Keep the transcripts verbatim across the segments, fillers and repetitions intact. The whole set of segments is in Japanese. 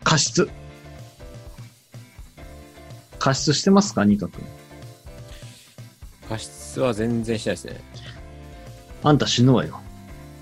加湿。加湿してますか、ニカ君。 加湿は全然しないですね。 あんた死ぬわよ。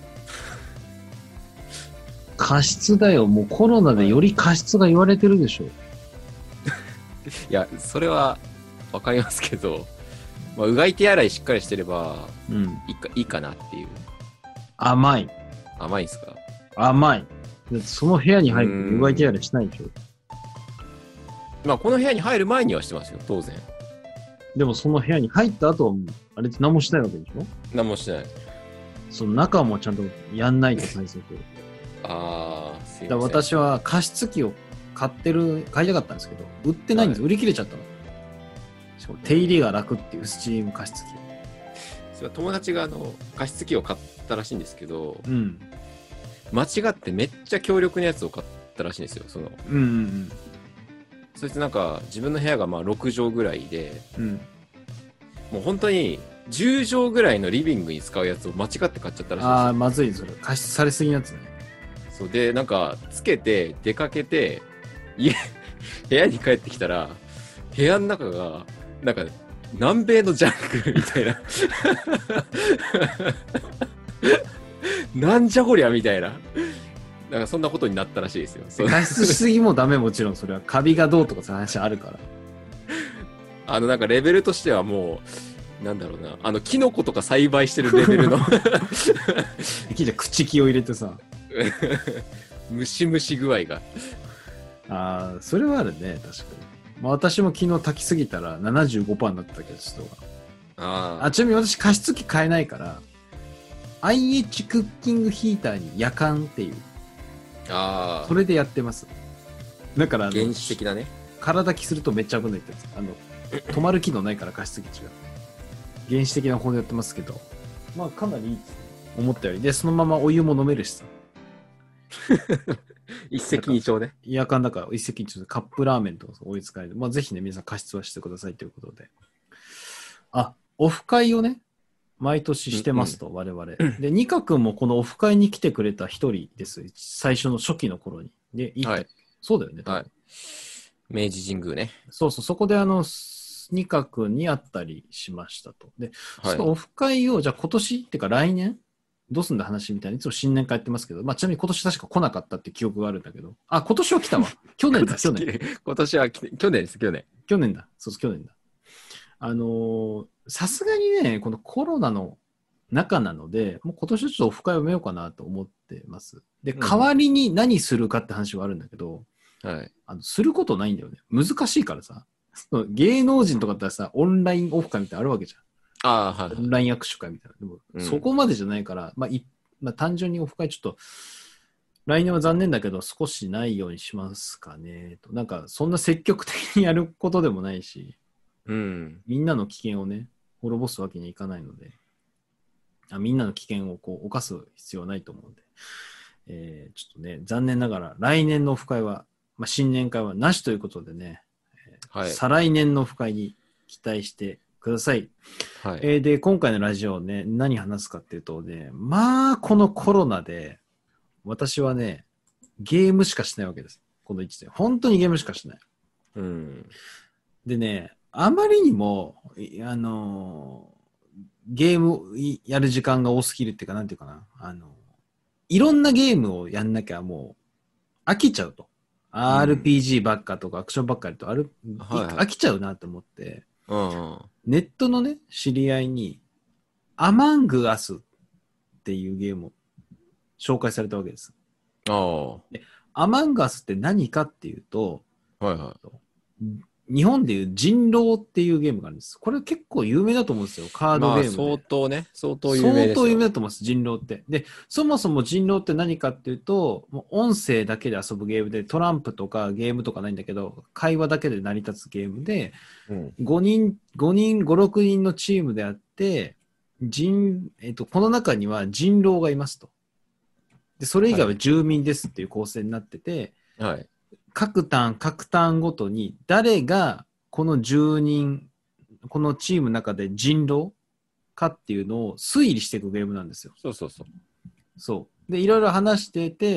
加湿だよ。もうコロナでより加湿が言われてるでしょ。 いや、それはわかりますけど、まあ、うがい手洗いしっかりしてれば、 うん。 いいか、いいかなっていう。 甘い。 甘いですか？ 甘い。だってその部屋に入るとうがい手洗いしないでしょ。 まあ、この部屋に入る前にはしてますよ、当然。 でもその部屋に入った後はもう、あれって何もしないわけでしょ。 何もしてない。 その中もちゃんとやんないと対策。 ああ、すいだからません。 私は加湿器を買ってる、買いたかったんですけど、売ってないんです。 はい売り切れちゃったの。しかも手入れが楽っていうスチーム加湿器。 それは友達があの加湿器を買ったらしいんですけど、 うん。 間違ってめっちゃ強力なやつを買ったらしいんですよ。そのうんうんそいつなんか自分の部屋がまあろく畳ぐらいで、 うん。うん。 もう本当にじゅう畳ぐらいのリビングに使うやつを間違って買っちゃったらしいんですよ。 ああ、まずい、それ。加湿されすぎのやつね。 そうで、なんかつけて出かけて家部屋に帰ってきたら部屋の中がなんか南米のジャングルみたいななんじゃこりゃみたいな、なんかそんなことになったらしいですよ。そう加湿しすぎもダメ、もちろんそれは。カビがどうとかそういう話あるから。 あのなんかレベルとしてはもうなんだろうな、あのキノコとか栽培してるレベルのきじゃ朽木を入れてさ。 ムシムシ具合が。 ああ、それはあるね、確かに。まあ、私も昨日炊きすぎたら ななじゅうごパーセント になってたけど、湿度が。 ああ、ちなみに私加湿器買えないから、アイエイチ クッキングヒーターに夜間っていう、 あそれでやってます。だからあの、 原始的なね。 空炊きするとめっちゃ危ないってやつ。あの、止まる機能ないから加湿器違う。原始的な方でやってますけど、まあかなりいいですね。思ったより。で、そのままお湯も飲めるしさ。 一石二鳥ね。 夜間だから一石一鳥でカップラーメンとかお湯使える。まあぜひね、皆さん加湿はしてくださいということで。あ、オフ会をね、毎年してますと、うんうん、我々。で、ニカ君もこのオフ会に来てくれた一人です。最初の初期の頃に。で、いい、はい、そうだよね、多分。 はい。明治神宮ね。 そうそう、そこであの、ニカ君に会ったりしましたと。で、はい、そのオフ会を、じゃあ今年っていうか来年どうすんだ話みたいにいつも新年会やってますけど、まあちなみに今年確か来なかったって記憶があるんだけど、あ、今年は来たわ。去年だ、去年。 今年は来て、去年です、去年。 去年だ、そうそう、去年だ。あのー、さすがにね、このコロナの中なので、もう今年はちょっとオフ会をめようかなと思ってます。で、代わりに何するかって話はあるんだけど、 はい。 あの、することないんだよね。難しいからさ。芸能人とかだったらさ、オンラインオフ会みたいなのあるわけじゃん。 ああ、はい、はい。 オンライン握手会みたいな。でも、うん、そこまでじゃないから、まあ、い、まあ、単純にオフ会ちょっと、来年は残念だけど少しないようにしますかね。となんか、そんな積極的にやることでもないし、 うん、 みんなの危険をね、滅ぼすわけにはいかないので、あみんなの危険をこう犯す必要はないと思うんで、えー、ちょっとね、残念ながら来年のオフ会は、まあ、新年会はなしということでね、はい、再来年のオフ会に期待してください。はい、えー、で、今回のラジオね、何話すかっていうとね、まあ、このコロナで、私はね、ゲームしかしないわけです。このいちねん。本当にゲームしかしない。 うん、 でね、あまりにも、あのー、ゲームやる時間が多すぎるっていうか、なんていうかな、あのー、いろんなゲームをやんなきゃもう飽きちゃうと。アールピージー ばっかとかアクションばっかりとある、はいはい、飽きちゃうなと思って、 うんうん、ネットのね、知り合いに、アマングアスっていうゲームを紹介されたわけです。 あでアマングアスって何かっていうと、 はいはい、 日本でいう人狼っていうゲームがあるんです。これ結構有名だと思うんですよ。カードゲームで。 まあ、相当ね、相当有名ですよ。 相当有名だと思うんです、人狼って。で、そもそも人狼って何かっていうと、もう音声だけで遊ぶゲームで、トランプとかゲームとかないんだけど、会話だけで成り立つゲームで、うん、ごにん、ごにん、ご、ろくにんのチームであって、人、えっと、この中には人狼がいますと。で、それ以外は住民ですっていう構成になってて、 はい。 各ターン、各ターンごとに誰がこのじゅうにん、このチームの中で人狼かっていうのを推理していくゲームなんですよ。 そうそうそう。 そう。で、いろいろ話してて、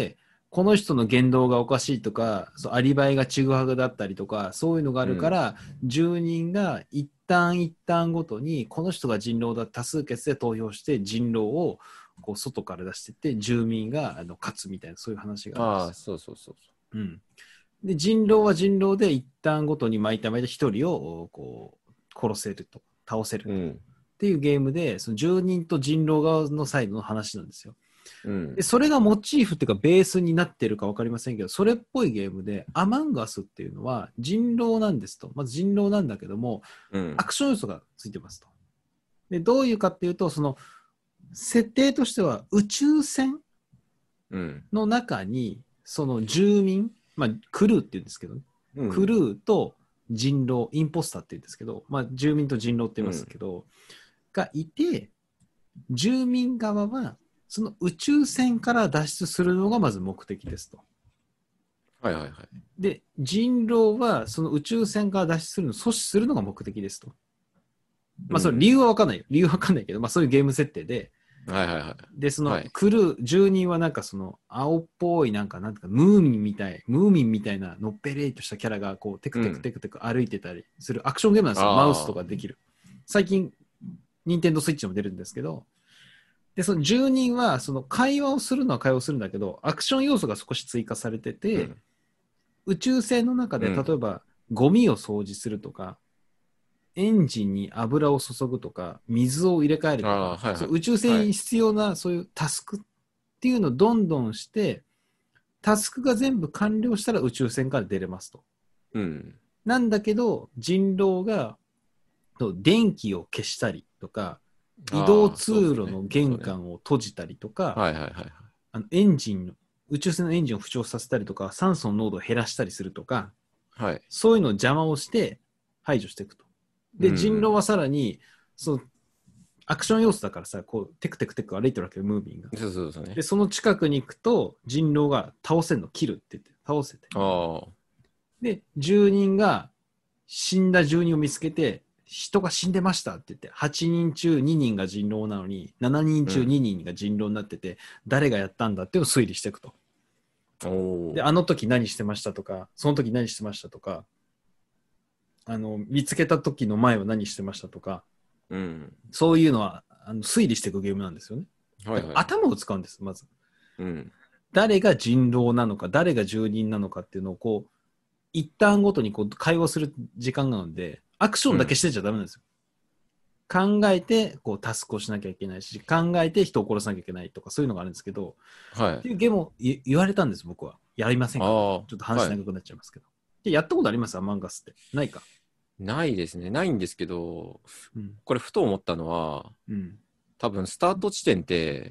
この人の言動がおかしいとか、そうアリバイがちぐはぐだったりとか、そういうのがあるから、うん、住人が一旦一旦ごとに、この人が人狼だ、多数決で投票して人狼をこう外から出してって、住民があの勝つみたいな、そういう話があるんですよ。 ああ、そうそうそうそう。うん。で、人狼は人狼で一旦ごとに毎回毎回一人をこう殺せると、倒せると、うん、っていうゲームで、その住人と人狼側のサイドの話なんですよ。うん、でそれがモチーフっていうかベースになってるか分かりませんけど、それっぽいゲームでアマンガスっていうのは人狼なんですと。まず人狼なんだけども、うん、アクション要素がついてますと。でどういうかっていうと、その設定としては宇宙船の中にその住民、まあ、クルーっていうんですけど、ねうん、クルーと人狼、インポスターっていうんですけど、まあ、住民と人狼って言いますけど、うん、がいて、住民側はその宇宙船から脱出するのがまず目的ですと。 はいはいはい。 で、人狼はその宇宙船から脱出するのを阻止するのが目的ですと。まあ、それ理由は分かんないよ。理由は分かんないけど、まあ、そういうゲーム設定で、 はいはいはい。 で、その来る住人はなんかその青っぽいなんかなんていうかムーミンみたい、ムーミンみたいなのっぺれーとしたキャラがこうテクテクテクテク歩いてたりするアクションゲームなんですよ。マウスとかできる。最近、ニンテンドースイッチも出るんですけど、で、その住人は、その会話をするのは会話をするんだけど、アクション要素が少し追加されてて、うん、宇宙船の中で、例えば、ゴミを掃除するとか、エンジンに油を注ぐとか、水を入れ替えるとか、はいはい、そう宇宙船に必要なそういうタスクっていうのをどんどんして、タスクが全部完了したら宇宙船から出れますと。うん、なんだけど、人狼が電気を消したりとか、移動通路の玄関を閉じたりとか、 はいはいはい、 あのエンジンの宇宙船のエンジンを浮張させたりとか、酸素の濃度を減らしたりするとか、はい、そういうのを邪魔をして排除していくと。で、うん、人狼はさらにそのアクション要素だからさ、こうテクテクテク歩いてるわけよ、ムービンが。 そうそうそうね、 で、その近くに行くと人狼が倒せんの、切るって言って倒せて。あで、住人が死んだ住人を見つけて、人が死んでましたって言って、はちにん中ににんが人狼なのに、しちにん中ににんが人狼になってて、うん、誰がやったんだっていうのを推理していくと。で、あの時何してましたとか、その時何してましたとか、あの、見つけた時の前は何してましたとか、うん、そういうのはあの推理していくゲームなんですよね。はいはい、頭を使うんです、まず。うん、誰が人狼なのか、誰が住人なのかっていうのをこう、一旦ごとにこう会話する時間なので、アクションだけしてちゃダメなんですよ。うん、考えてこうタスクをしなきゃいけないし、考えて人を殺さなきゃいけないとかそういうのがあるんですけど、はい、っていうゲームを言われたんです、僕は。やりませんか、ちょっと話長くなっちゃいますけど。はい、でやったことありますアマンガスって。ないか。 ないですね。ないんですけど、うん、これふと思ったのは、うん、多分スタート地点って、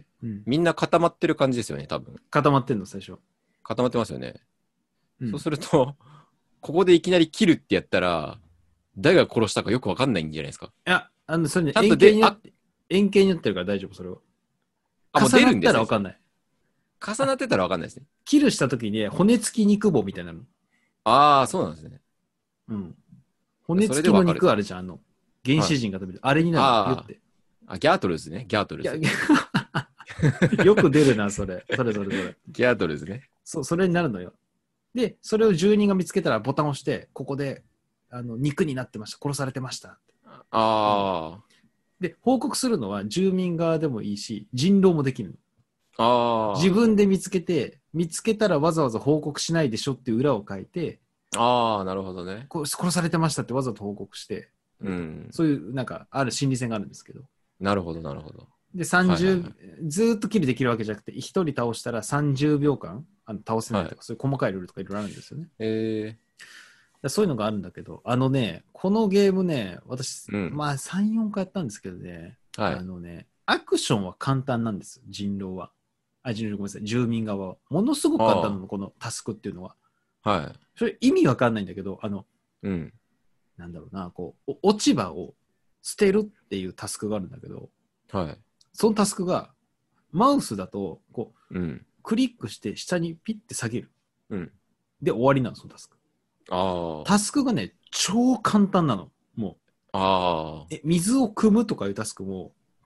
うん、みんな固まってる感じですよね、多分。 固まってんの、最初。 固まってますよね。うん、そうすると、ここでいきなり切るってやったら、誰が殺したかよくわかんないんじゃないですか。 いや、あの、それね、円形になって、円形になってるから大丈夫、それは。 あ、もう出るんです重なったらわかんない。 重なってたらわかんないですね。 切るしたときに、骨付き肉棒みたいなの。 ああ、そうなんですね。 うん。骨付きの肉あるじゃん、あの、原始人が食べる。はい、あれになるの、って。 あ、ギャートルズね、ギャートルズ。 よく出るな、それ。それそれそれ。 ギャートルズね。 そう、それになるのよ。で、それを住人が見つけたらボタンを押して、ここで、あの、肉になってました。殺されてました。 ああ、うん。 で、報告するのは住民側でもいいし、人狼もできるの。 ああ。 自分で見つけて、見つけたらわざわざ報告しないでしょっていう裏を書いて、 ああ、なるほどね。 こ殺されてましたってわざと報告して、うん、そういうなんかある心理戦があるんですけど。 なるほど、なるほど。 で、さんじゅう、はいはいはい、ずーっとキルできるわけじゃなくて、ひとり倒したらさんじゅうびょうかんあの倒せないとか、はい、そういう細かいルールとかいろいろあるんですよね。 えー、そういうのがあるんだけど、あのね、このゲームね、私、うん、まあさん、よんかいやったんですけどね、はい、あのね、アクションは簡単なんです、人狼は。あ、人狼ごめんなさい、住民側は。ものすごく簡単なの、このタスクっていうのは。 はい。 それ意味わかんないんだけど、あの、 うん、 なんだろうな、こう、落ち葉を捨てるっていうタスクがあるんだけど、 はい。 そのタスクが、マウスだと、こう、 うん、 クリックして下にピッて下げる。 うん、 で、終わりなの、そのタスク。 あタスクがね、超簡単なの。もう。 あえ、水を汲むとかいうタスクも、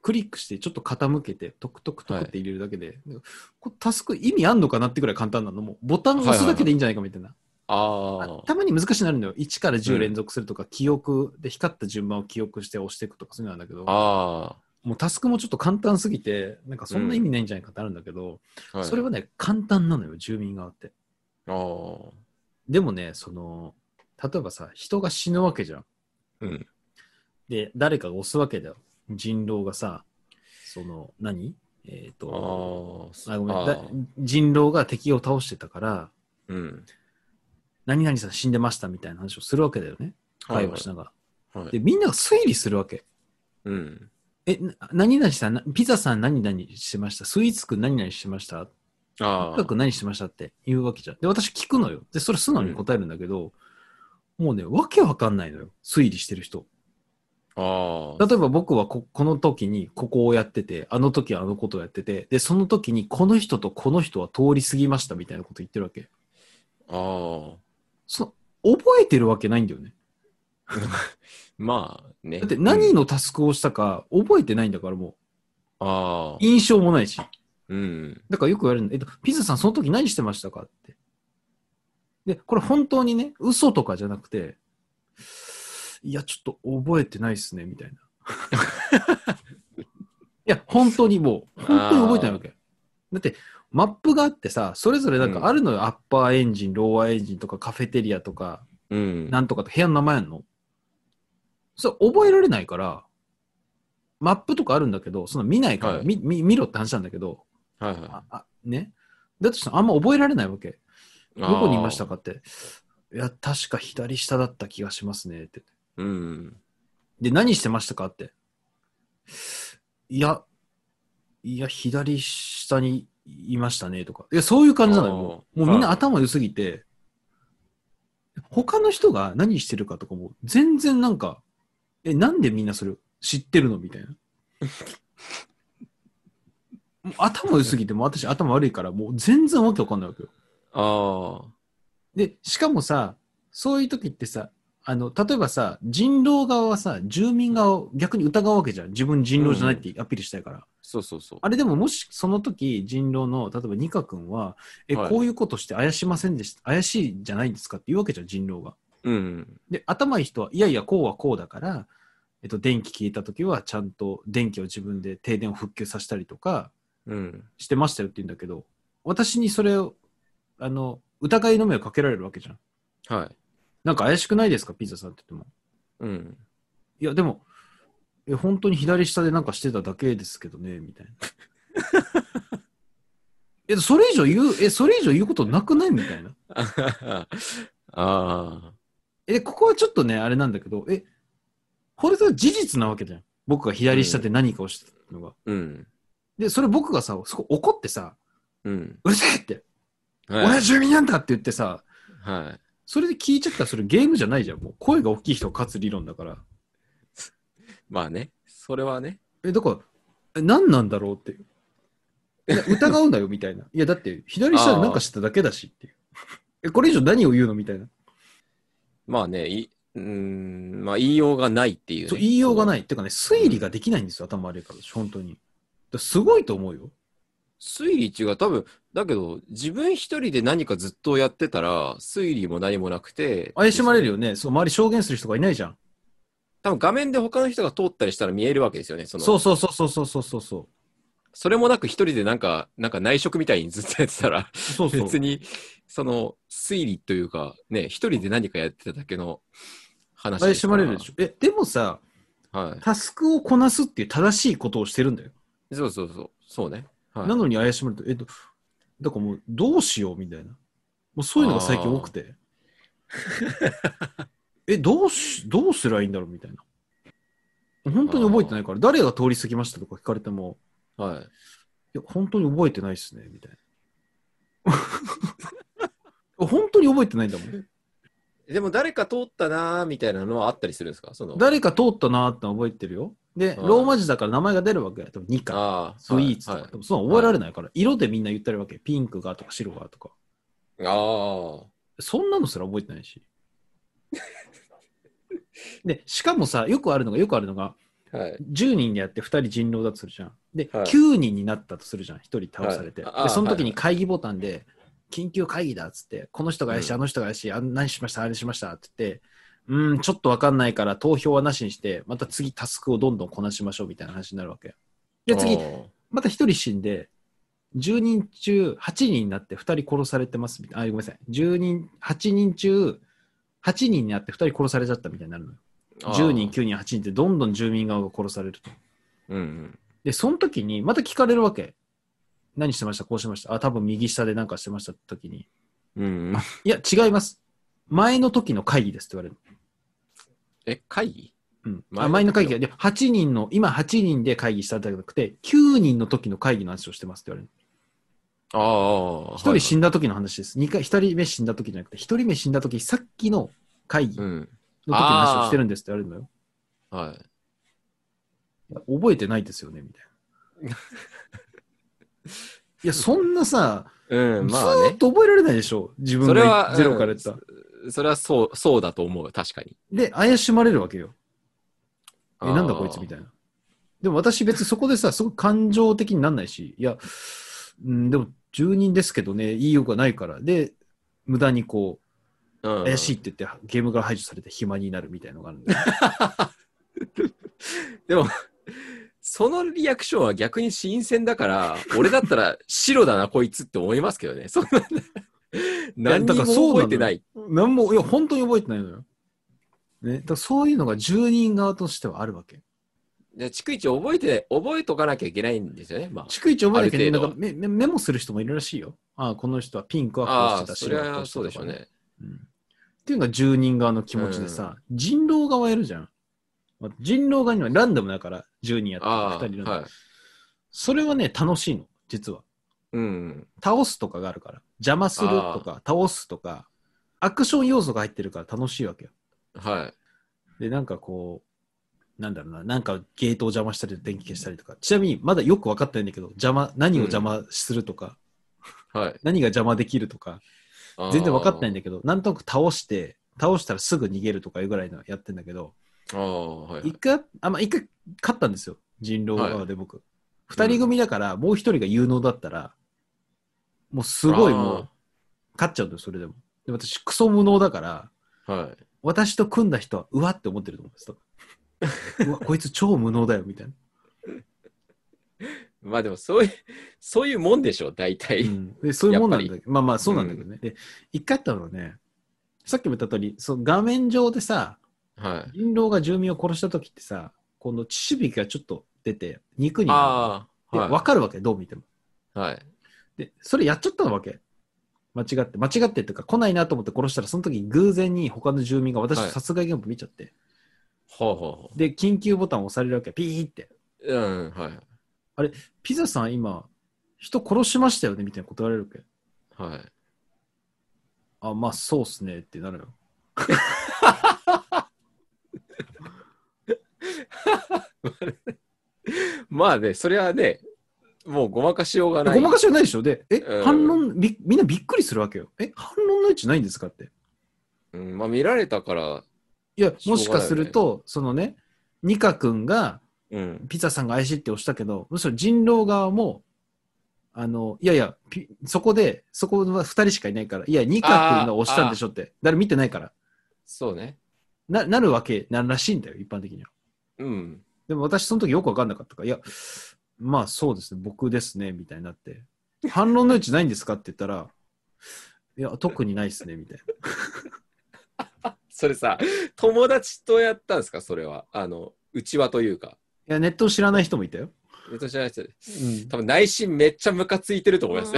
クリックしてちょっと傾けてトクトクトクって入れるだけで、はい、これタスク意味あんのかなってくらい簡単なの。もうボタンを押すだけでいいんじゃないかみたいな、 はいはいはい、あたまに難しくなるんだよ。いちからじゅう連続するとか、うん、記憶で光った順番を記憶して押していくとかそういうのなんだけど、 あもうタスクもちょっと簡単すぎてなんかそんな意味ないんじゃないかってあるんだけど、うんはい、それはね簡単なのよ、住民側って。 あでもね、その例えばさ、人が死ぬわけじゃん、 うん、 で誰かが押すわけだよ、人狼がさ、その何えっ、ー、とあごめんだ人狼が敵を倒してたから、 うん、 何々さん死んでましたみたいな話をするわけだよね、会話しながら、 はいはい、 でみんなが推理するわけ、 うん、 え何々さんピザさん何々してました、スイーツくん何々してました、とにかく何してましたって言うわけじゃん。で私聞くのよ。でそれ素直に答えるんだけど、うん、もうねわけわかんないのよ、推理してる人。 あ例えば僕は こ, この時にここをやってて、あの時はあのことをやってて、でその時にこの人とこの人は通り過ぎましたみたいなこと言ってるわけ。 あそ覚えてるわけないんだよね。 まあね。 だって何のタスクをしたか覚えてないんだから、もうあ印象もないし、 うん、 だからよく言われるの、えっと、ピザさんその時何してましたかって。でこれ本当にね嘘とかじゃなくて、いやちょっと覚えてないっすねみたいな。いや本当にもう本当に覚えてないわけ。だってマップがあってさ、それぞれなんかあるのよ、うん、アッパーエンジン、ローアーエンジンとかカフェテリアとか、 うん、 なんとかと部屋の名前あんの。それ覚えられないから、マップとかあるんだけど、その見ないから、はい、見, 見, 見ろって話なんだけど、 はいはい、 ああね、だとしたらあんま覚えられないわけ。どこにいましたかって。いや確か左下だった気がしますねって。 うん、 で何してましたかって。いやいや左下にいましたねとか。いやそういう感じなのよ。もう、もうみんな頭良すぎて、他の人が何してるかとかも全然なんか、えなんでみんなそれ知ってるのみたいな。もう頭良すぎて、もう私頭悪いからもう全然わけわかんないわけよ。 ああ。 でしかもさ、そういう時ってさ、あの例えばさ、人狼側はさ、住民側を逆に疑うわけじゃん。自分人狼じゃないってアピールしたいから、うん、 そうそうそう。 あれでももしその時人狼の例えばニカ君はえ、はい、こういうことして怪しませんでした、怪しいじゃないですかって言うわけじゃん、人狼が。 うん、 で頭いい人はいやいやこうはこうだから、えっと、電気消えた時はちゃんと電気を自分で停電を復旧させたりとかしてましたよって言うんだけど、うん、私にそれをあの疑いの目をかけられるわけじゃん。 はい。 なんか怪しくないですかピザさんって言っても。 うん。 いやでもえ本当に左下でなんかしてただけですけどねみたいな。えそれ以上言うえそれ以上言うことなくないみたいな。 ああ。 えここはちょっとねあれなんだけど、えこれは事実なわけじゃん。僕が左下で何かをしたのが。 うん。 でそれ僕がさそこ怒ってさ、 うん、 うるせえって、 はい、 俺は住民なんだって言ってさ、 はい。 それで聞いちゃったらそれゲームじゃないじゃん。もう声が大きい人が勝つ理論だから。 まあね、それはね。 えだからえ何なんだろうっていう。疑うなよみたいな。いやだって左下で何かしてただけだしっていう。えこれ以上何を言うのみたいな。 まあね、いうん、まあ言いようがないっていう、ね。 そう言いようがない。っていうかね、推理ができないんですよ、うん、頭悪いから、本当に。だすごいと思うよ。 推理違う、多分、だけど、自分一人で何かずっとやってたら、推理も何もなくて。 怪しまれるよね。そう、周り証言する人がいないじゃん。 多分画面で他の人が通ったりしたら見えるわけですよね。そのそうそうそうそうそうそうそう。 それもなく一人でなんか、なんか内職みたいにずっとやってたら、 そうそう別に、その、推理というか、ね、一人で何かやってただけの話怪ですから。 しまれるでしょ。え、でもさ、 はい、 タスクをこなすっていう正しいことをしてるんだよ。 そうそうそう、そうね。はい、 なのに怪しまれると、えっと、だからもうどうしようみたいな。もうそういうのが最近多くて。え、どうし、どうすりゃいいんだろうみたいな。本当に覚えてないから、誰が通り過ぎましたとか聞かれても、 はい。 いや、本当に覚えてないっすね、みたいな。本当に覚えてないんだもん。 でも誰か通ったなーみたいなのはあったりするんですか？その誰か通ったなーって覚えてるよ。で、はい、ローマ字だから名前が出るわけ。ニカ、スイーツとか。はい、でもそんな覚えられないから、はい、色でみんな言ってるわけ。ピンクがとか白がとか。 ああ。 そんなのすら覚えてないし。で、しかもさ、よくあるのが、よくあるのが、 はい。 じゅうにんでやってふたり人狼だとするじゃん。で、 はいきゅうにんになったとするじゃん。ひとり倒されて。 はいあで、その時はいはいに会議ボタンで、緊急会議だっつって、この人が怪しい、 うんあの人が怪しい、あ何しました、あれしましたって言って、うーん、ちょっとわかんないから投票はなしにして、また次タスクをどんどんこなしましょうみたいな話になるわけ。で、次、 あーまたひとり死んで、じゅうにん中はちにんになってふたり殺されてますみたいな。あ、ごめんなさい。じゅうにん、はちにん中はちにんになってふたり殺されちゃったみたいになるのよ。 あーじゅうにん、きゅうにん、はちにんってどんどん住民側が殺されると。 うんうんで、その時にまた聞かれるわけ。何してましたこうしましたあ、多分右下で何かしてましたって時に。 うんうんいや、違います。前の時の会議ですって言われる。 え、会議うん。 前の時のあ前の会議で、はちにんの、今はちにんで会議したんじゃなくて、きゅうにんの時の会議の話をしてますって言われる。 ああ、 ひとり死んだ。 だ時の話です。にかい、ひとりめ死んだ時じゃなくて、ひとりめ死んだ時、さっきの会議のうん。 時の話をしてるんですって言われるのよ。 はい。 いや覚えてないですよね、みたいな。いや、そんなさ、 うん、 ずまあね。 ーっと覚えられないでしょ。自分それは、 がゼロからやった。 うんそれはそう、そうだと思う。確かに。 で、怪しまれるわけよ。え、 あーなんだこいつみたいな。でも私別にそこでさ、すごく感情的になんないし、いや、うん、でも住人ですけどね、言いようがないから。で、無駄にこう、 うん。 怪しいって言ってゲームから排除されて暇になるみたいなのがあるんで。 でも、そのリアクションは逆に新鮮だから、俺だったら白だな、こいつって思いますけどね。そんな、何にも覚えてない。 なんも、いや、本当に覚えてないのよ。ね。だからそういうのが住人側としてはあるわけ。 じゃあ、逐一覚えて、覚えとかなきゃいけないんですよね。まあ。 逐一覚えなきゃね、 ある程度はなんかメメメモする人もいるらしいよ。ああ、この人はピンクはこうああ、 してた、 それ白はこはうしてたとかそうでしょうね。 うん。っていうのが住人側の気持ちでさ、人狼側やるじゃん。まあ人狼側にはランダムだからじゅうにんやってあふたりランダあ、 ム、 はい。 それはね、楽しいの、実は。 うん。 倒すとかがあるから。邪魔するとか、倒すとか、アクション要素が入ってるから楽しいわけよ。 はい。 で、なんかこう、なんだろうな、なんかゲートを邪魔したり、電気消したりとか。ちなみに、まだよく分かってないんだけど、邪魔、何を邪魔するとか、 はい。 何が邪魔できるとか、 あー全然分かってないんだけど、なんとなく倒して、倒したらすぐ逃げるとかいうぐらいのやってんだけど、 ああ、はい、はい一。回、あ、まあ、一回勝ったんですよ。人狼側で僕。二、人組だから、もう一人が有能だったら、もうすごいもう、勝っちゃうんだよ、それでも。で、私、クソ無能だから、 はい。 私と組んだ人は、うわって思ってると思うんですよ。うわ、こいつ超無能だよ、みたいな。 まあでも、そういう、そういうもんでしょ、大体。 うん、でそういうもんなんだやっけど、まあまあそうなんだけどね。で、一回あったのはね、さっきも言った通り、その画面上でさ、 はい。 人狼が住民を殺した時ってさ、この血しびきがちょっと出て、肉になる。 ああ、 で、 はい。 わかるわけ、どう見ても。 はい。 で、それやっちゃったわけ。間違って、間違ってっていうか、来ないなと思って殺したら、その時偶然に他の住民が私の殺害現場見ちゃって、 ほうほうほう。 で、緊急ボタンを押されるわけ、ピーって。 うん、はい。 ピザさん今、人殺しましたよねみたいなこと言われるわけ。 はい。 あ、まあそうっすねってなるよ。 まあね、それはね、もうごまかしようがない。 ごまかしはないでしょ。で、え、 うん反論び、みんなびっくりするわけよ。え、反論の位置ないんですかって。 うん、まあ見られたから、 いや、 しょうがないよねもしかすると、そのね、ニカ君が、 うん。 ピザさんが怪しいって押したけど、むしろ人狼側も、あの、いやいや、ピそこで、そこはふたりしかいないから、いや、ニカ君が押したんでしょって、誰見てないから、 そうね。 な、なるわけなんらしいんだよ、一般的には。 うん。 でも私その時よくわかんなかったから、いや、まあそうですね、僕ですね、みたいになって、反論の余地ないんですかって言ったら、いや、特にないですね、みたいな。 それさ、友達とやったんですかそれは。あの、内輪というか。 いや、ネットを知らない人もいたよ。 ネット知らない人で。 うん。 多分内心めっちゃムカついてると思いますよ。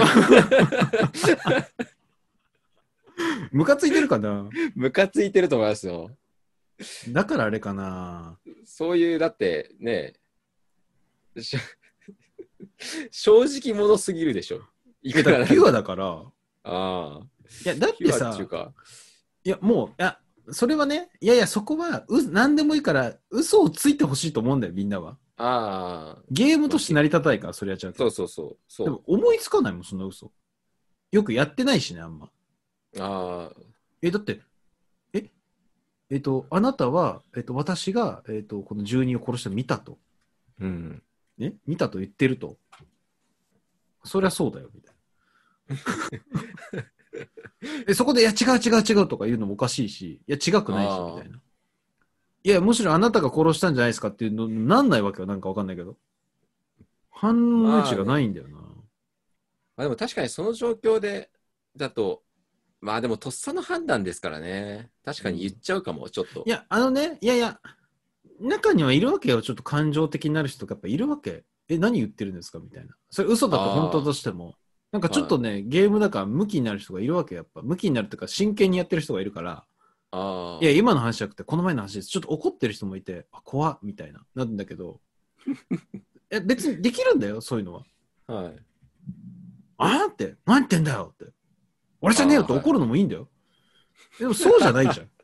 ムカついてるかなムカついてると思いますよ。 だからあれかなそういう、だってね、し正直者すぎるでしょ。いいや、だからピュアだから。 ああ。 いや、だっピュアてさ、 っていうか。 いや、もう、いや、それはね、いやいや、そこは、う、なんでもいいから、嘘をついてほしいと思うんだよ、みんなは。 ああ。 ゲームとして成り立たないから、それやっちゃうと。 そうそうそう。そうでも、思いつかないもん、そんな嘘。よくやってないしね、あんま。 ああ。 え、だって、え、 えっと、あなたは、えっと、私が、えっと、この住人を殺したの見たと。 うん。 ね見たと言ってると。そりゃそうだよ、みたいな。え、そこで、いや、違う違う違うとか言うのもおかしいし、いや、違くないし、みたいな。いや、むしろあなたが殺したんじゃないですかっていうの、なんないわけよ、なんかわかんないけど。反応の余地がないんだよな。 まあでも確かにその状況で、だと、まあでもとっさの判断ですからね。確かに言っちゃうかも、ちょっと。 いや、あのね、いやいや、中にはいるわけよ。ちょっと感情的になる人がやっぱいるわけ。え、何言ってるんですかみたいな。それ嘘だと本当としても。なんかちょっとね、ゲームだから向きになる人がいるわけよ。やっぱ。向きになるというか真剣にやってる人がいるから。 あいや、今の話じゃなくて、この前の話です。ちょっと怒ってる人もいて、あ、怖っみたいな。なんだけど。え、別にできるんだよ、そういうのは。 あ、はい。 あーって、何言ってんだよって。俺じゃねえよって怒るのもいいんだよ。でもそうじゃないじゃん。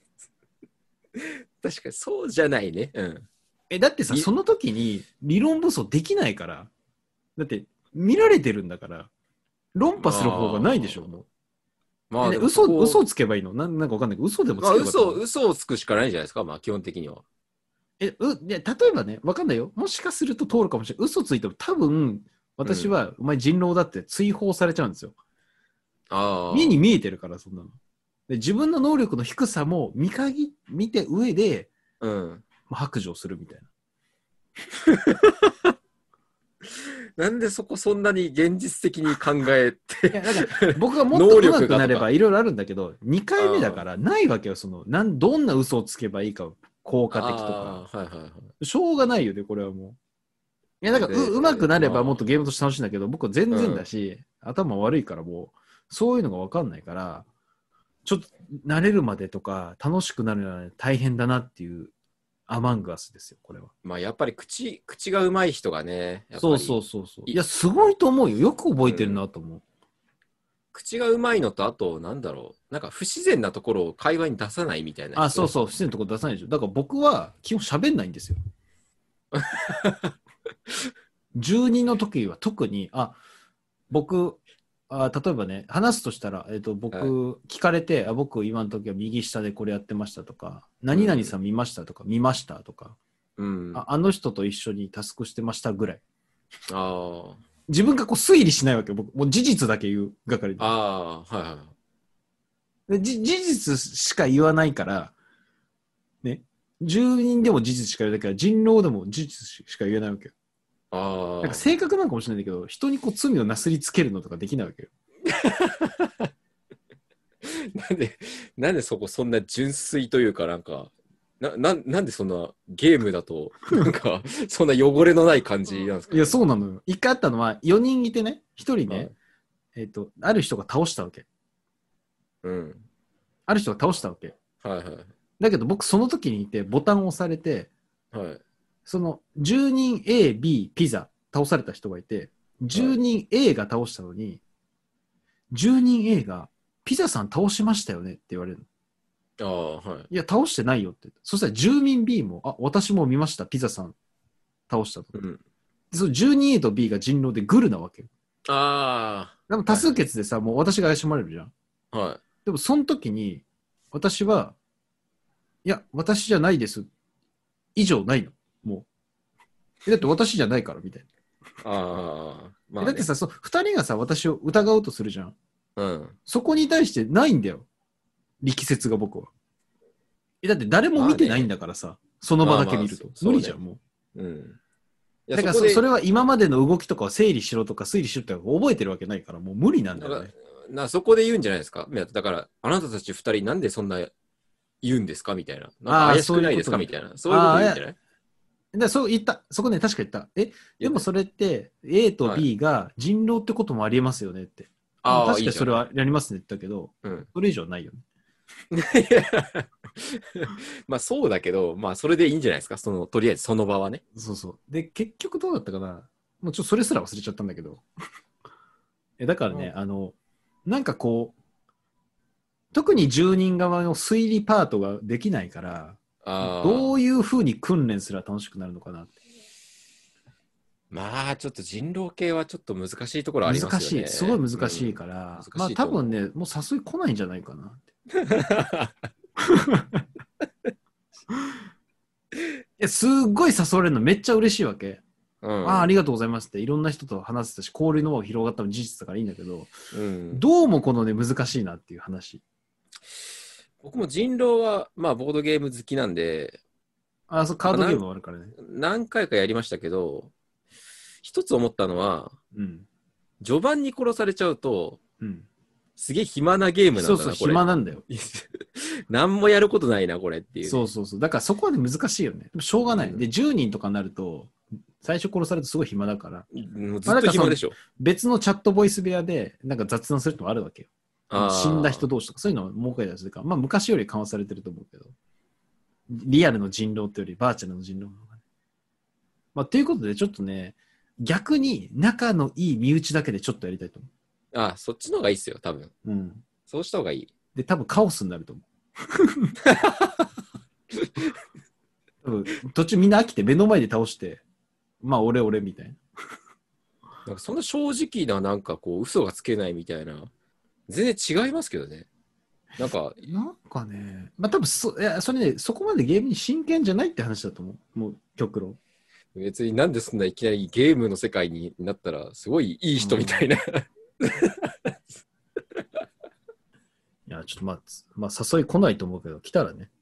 確かにそうじゃないね。うん。 え、だってさ、 いその時に理論武装できないから。だって、見られてるんだから、論破する方がないでしょ、もう。 まあでもえ嘘、 そこ嘘をつけばいいのなん、なんかわかんないけど、嘘でもつまあけば嘘、嘘をつくしかないんじゃないですか、まあ基本的には。 え、う、いや、例えばね、わかんないよ。もしかすると通るかもしれない。嘘ついても多分、私は、お前人狼だって追放されちゃうんですよ。 ああ。 目に見えてるから、そんなの。で、自分の能力の低さも見限、見て上で、 うん。 まあ、白状するみたいな。 なんでそこそんなに現実的に考えて。 いや、だから僕がもっと上手くなればいろいろあるんだけど、にかいめだからないわけよ。その、なん、どんな嘘をつけばいいか、効果的とか。 はいはいはい。 しょうがないよね、これはもう。いや、だからう、うまくなればもっとゲームとして楽しいんだけど、僕は全然だし、うん、頭悪いからもう、そういうのがわかんないから、ちょっと慣れるまでとか、楽しくなるのは大変だなっていうアマングアスですよ、これは。 まあやっぱり口、口が上手い人がね、やっぱりそうそうそうそう。いや、すごいと思うよ。よく覚えてるなと思う。うん、 口が上手いのと、あと、なんだろう。なんか不自然なところを会話に出さないみたいな。 あ、そうそう、不自然なところ出さないでしょ。だから僕は基本喋んないんですよ。住人の時は特に、あ、僕、あ例えばね、話すとしたら、えーと、僕、はい、聞かれて、あ、僕今の時は右下でこれやってましたとか、何々さん見ましたとか、うん、見ましたとか、うん、あ、あの人と一緒にタスクしてましたぐらい。あ自分がこう推理しないわけよ。僕、もう事実だけ言う係で。あはいはい。でじ事実しか言わないから、ね、住人でも事実しか言わないから、人狼でも事実しか言えないわけよ。あなんか性格なのかもしれないけど、人にこう罪をなすりつけるのとかできないわけよ。 なんで、なんでそこそんな純粋というか、なんか、な、ななんでそんなゲームだと、なんか、そんな汚れのない感じなんですか、ね、 いや、そうなのよ。一回あったのは、よにんいてね、ひとりね、はい、えっと、ある人が倒したわけ。うん。ある人が倒したわけ。はいはい。だけど僕、その時にいて、ボタンを押されて、はい。その、住人 A、B、ピザ、倒された人がいて、住人 A が倒したのに、はい、住人 A が、ピザさん倒しましたよねって言われるの。ああ、はい。いや、倒してないよって。そしたら住民 B も、あ、私も見ました、ピザさん倒したと。うん、でその住人 A と B が人狼でグルなわけよ。ああ。でも多数決でさ、はい、もう私が怪しまれるじゃん。はい。でもその時に、私は、いや、私じゃないです。以上ないの。もう。だって私じゃないから、みたいな。ああ。まあ、ね、だってさ、そう、二人がさ、私を疑おうとするじゃん。うん。そこに対してないんだよ。力説が僕は。だって誰も見てないんだからさ、まあね、その場だけ見ると。まあまあ、無理じゃん、もう。うん。だから そ, それは今までの動きとかを整理しろとか推理しろとか覚えてるわけないからもう無理なんだよね。なそこで言うんじゃないですか。だからあなたたち二人なんでそんな言うんですかみたいな。なんか怪しくないですかみたいな。そういうこと言うんじゃない？だそう言った。そこね、確か言った。え、でもそれって A と B が人狼ってこともありえますよねって。はい、確かにそれはやりますねって言ったけど、うん、それ以上ないよね。 まあそうだけど、まあそれでいいんじゃないですか。その、とりあえずその場はね。 そうそう。で、結局どうだったかな。もうちょっとそれすら忘れちゃったんだけど。えだからね、うん、あの、なんかこう、特に住人側の推理パートができないから、どういうふうに訓練すれば楽しくなるのかなって。 まあちょっと人狼系はちょっと難しいところありますよね。 難しい。すごい難しいから、うん、まあ多分ね、もう誘い来ないんじゃないかなって。 えすっごい誘われるのめっちゃ嬉しいわけ。 うん、 ああ、ありがとうございますっていろんな人と話せたし、交流の輪が広がったの事実だからいいんだけど、 うん、 どうもこのね、難しいなっていう話。 僕も人狼は、まあ、ボードゲーム好きなんで、 あ、そう、カードゲームもあるからね。 何回かやりましたけど、一つ思ったのは、 うん。 序盤に殺されちゃうと、 うん。 すげえ暇なゲームなんだな、 そうそう、 これ。 暇なんだよ。 何もやることないな、これっていう、ね。 そうそうそう。だからそこはね、難しいよね。でもしょうがない。うん、で、じゅうにんとかになると、最初殺されるとすごい暇だから。 もうずっと暇でしょ。 まあ、別のチャットボイス部屋で、なんか雑談するってもあるわけよ。死んだ人同士とか、そういうのをもう一回出すか、まあ昔より緩和されてると思うけど、リアルの人狼ってよりバーチャルの人狼の方がね。まあ、ということで、ちょっとね、逆に仲のいい身内だけでちょっとやりたいと思う。ああ、そっちの方がいいっすよ、多分。 うん。 そうした方がいい。 で、多分カオスになると思う。多分途中みんな飽きて目の前で倒して、まあ俺俺みたいな。 なんかそんな正直ななんかこう嘘がつけないみたいな、全然違いますけどね。なんか、 なんかね、まあ多分そ、いや、それね、そこまでゲームに真剣じゃないって話だと思う。もう極論。 別になんでそんないきなりゲームの世界になったらすごいいい人みたいな、うん、いやちょっとまあ、まあ、誘い来ないと思うけど来たらね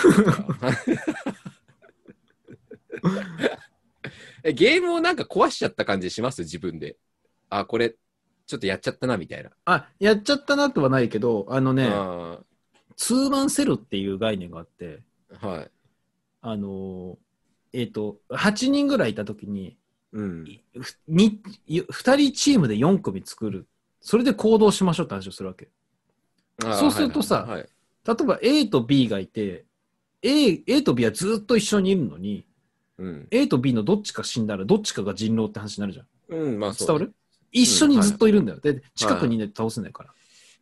えゲームをなんか壊しちゃった感じします自分で。あこれちょっとやっちゃったなみたいな。 あやっちゃったなとはないけどあのねあツーマンセルっていう概念があってはいあのえっ、ー、とはちにんぐらいいたときに、 うん、 にふたりチームでよん組作るそれで行動しましょうって話をするわけ。そうするとさ、はいはいはい、例えば A と B がいて A, A と B はずっと一緒にいるのに、うん、A と B のどっちか死んだらどっちかが人狼って話になるじゃん、 うんまあそうね、 伝わる？一緒にずっといるんだよ、うんはい、で近くにいないと倒せないから、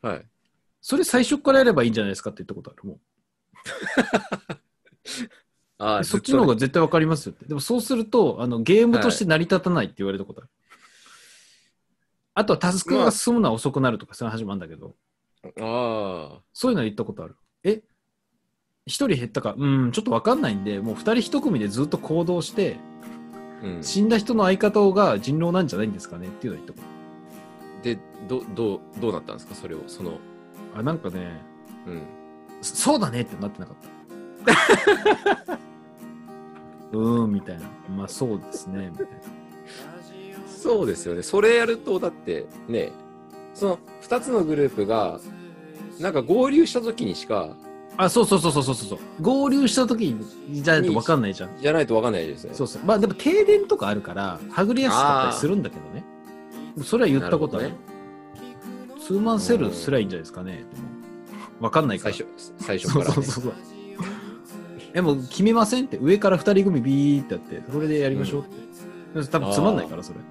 はい、それ最初からやればいいんじゃないですかって言ったことあるもうあそっちの方が絶対わかりますよって。でもそうするとあのゲームとして成り立たないって言われたことある、はい、あとはタスクが進むのは遅くなるとかそういう話もあるんだけど、あそういうの言ったことある。え一人減ったかうんちょっとわかんないんでもう二人一組でずっと行動して、うん、死んだ人の相方が人狼なんじゃないんですかねっていうのは言ったことでどどうどうなったんですかそれをそのあなんかね、うん、そうだねってなってなかったうーんみたいなまあそうですねみたいなそうですよね。それやるとだってねそのふたつのグループがなんか合流した時にしかあそうそうそうそうそうそう合流した時じゃないと分かんないじゃんじゃないと分かんないですね。 そうそうまあでも停電とかあるからはぐれやすかったりするんだけどねそれは言ったことある、ね、ツーマンセルすりゃいいんじゃないですかねでも分かんないから最初最初から、ね、そうそうそうでも決めませんって上からふたり組ビーってやってそれでやりましょうって、うん、多分つまんないからそれ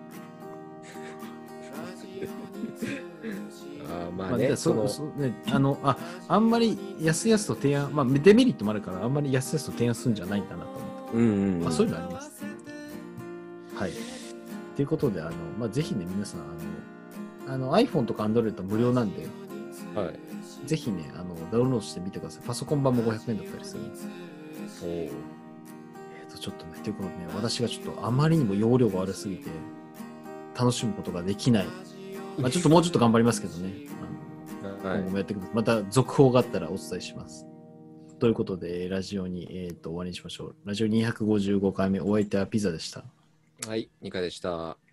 あまあね、まあ、そそねあのああんまりやすやすと提案、まあ、デメリットもあるからあんまりやすやすと提案するんじゃないんだなと思って、うんうんうんまあ、そういうのあります。はいということであの、まあ、ぜひね皆さんあのあの iPhone とか Android と無料なんで、はい、ぜひねあのダウンロードしてみてください。パソコン版もごひゃくえんだったりするんです。おえーとちょっとねということでね私がちょっとあまりにも容量が悪すぎて楽しむことができないまあちょっともうちょっと頑張りますけどね。あの今後もやってください。また続報があったらお伝えします。ということで、ラジオに、えー、と終わりにしましょう。ラジオにひゃくごじゅうごかいめ、お相手はピザでした。 はい、ニカでした。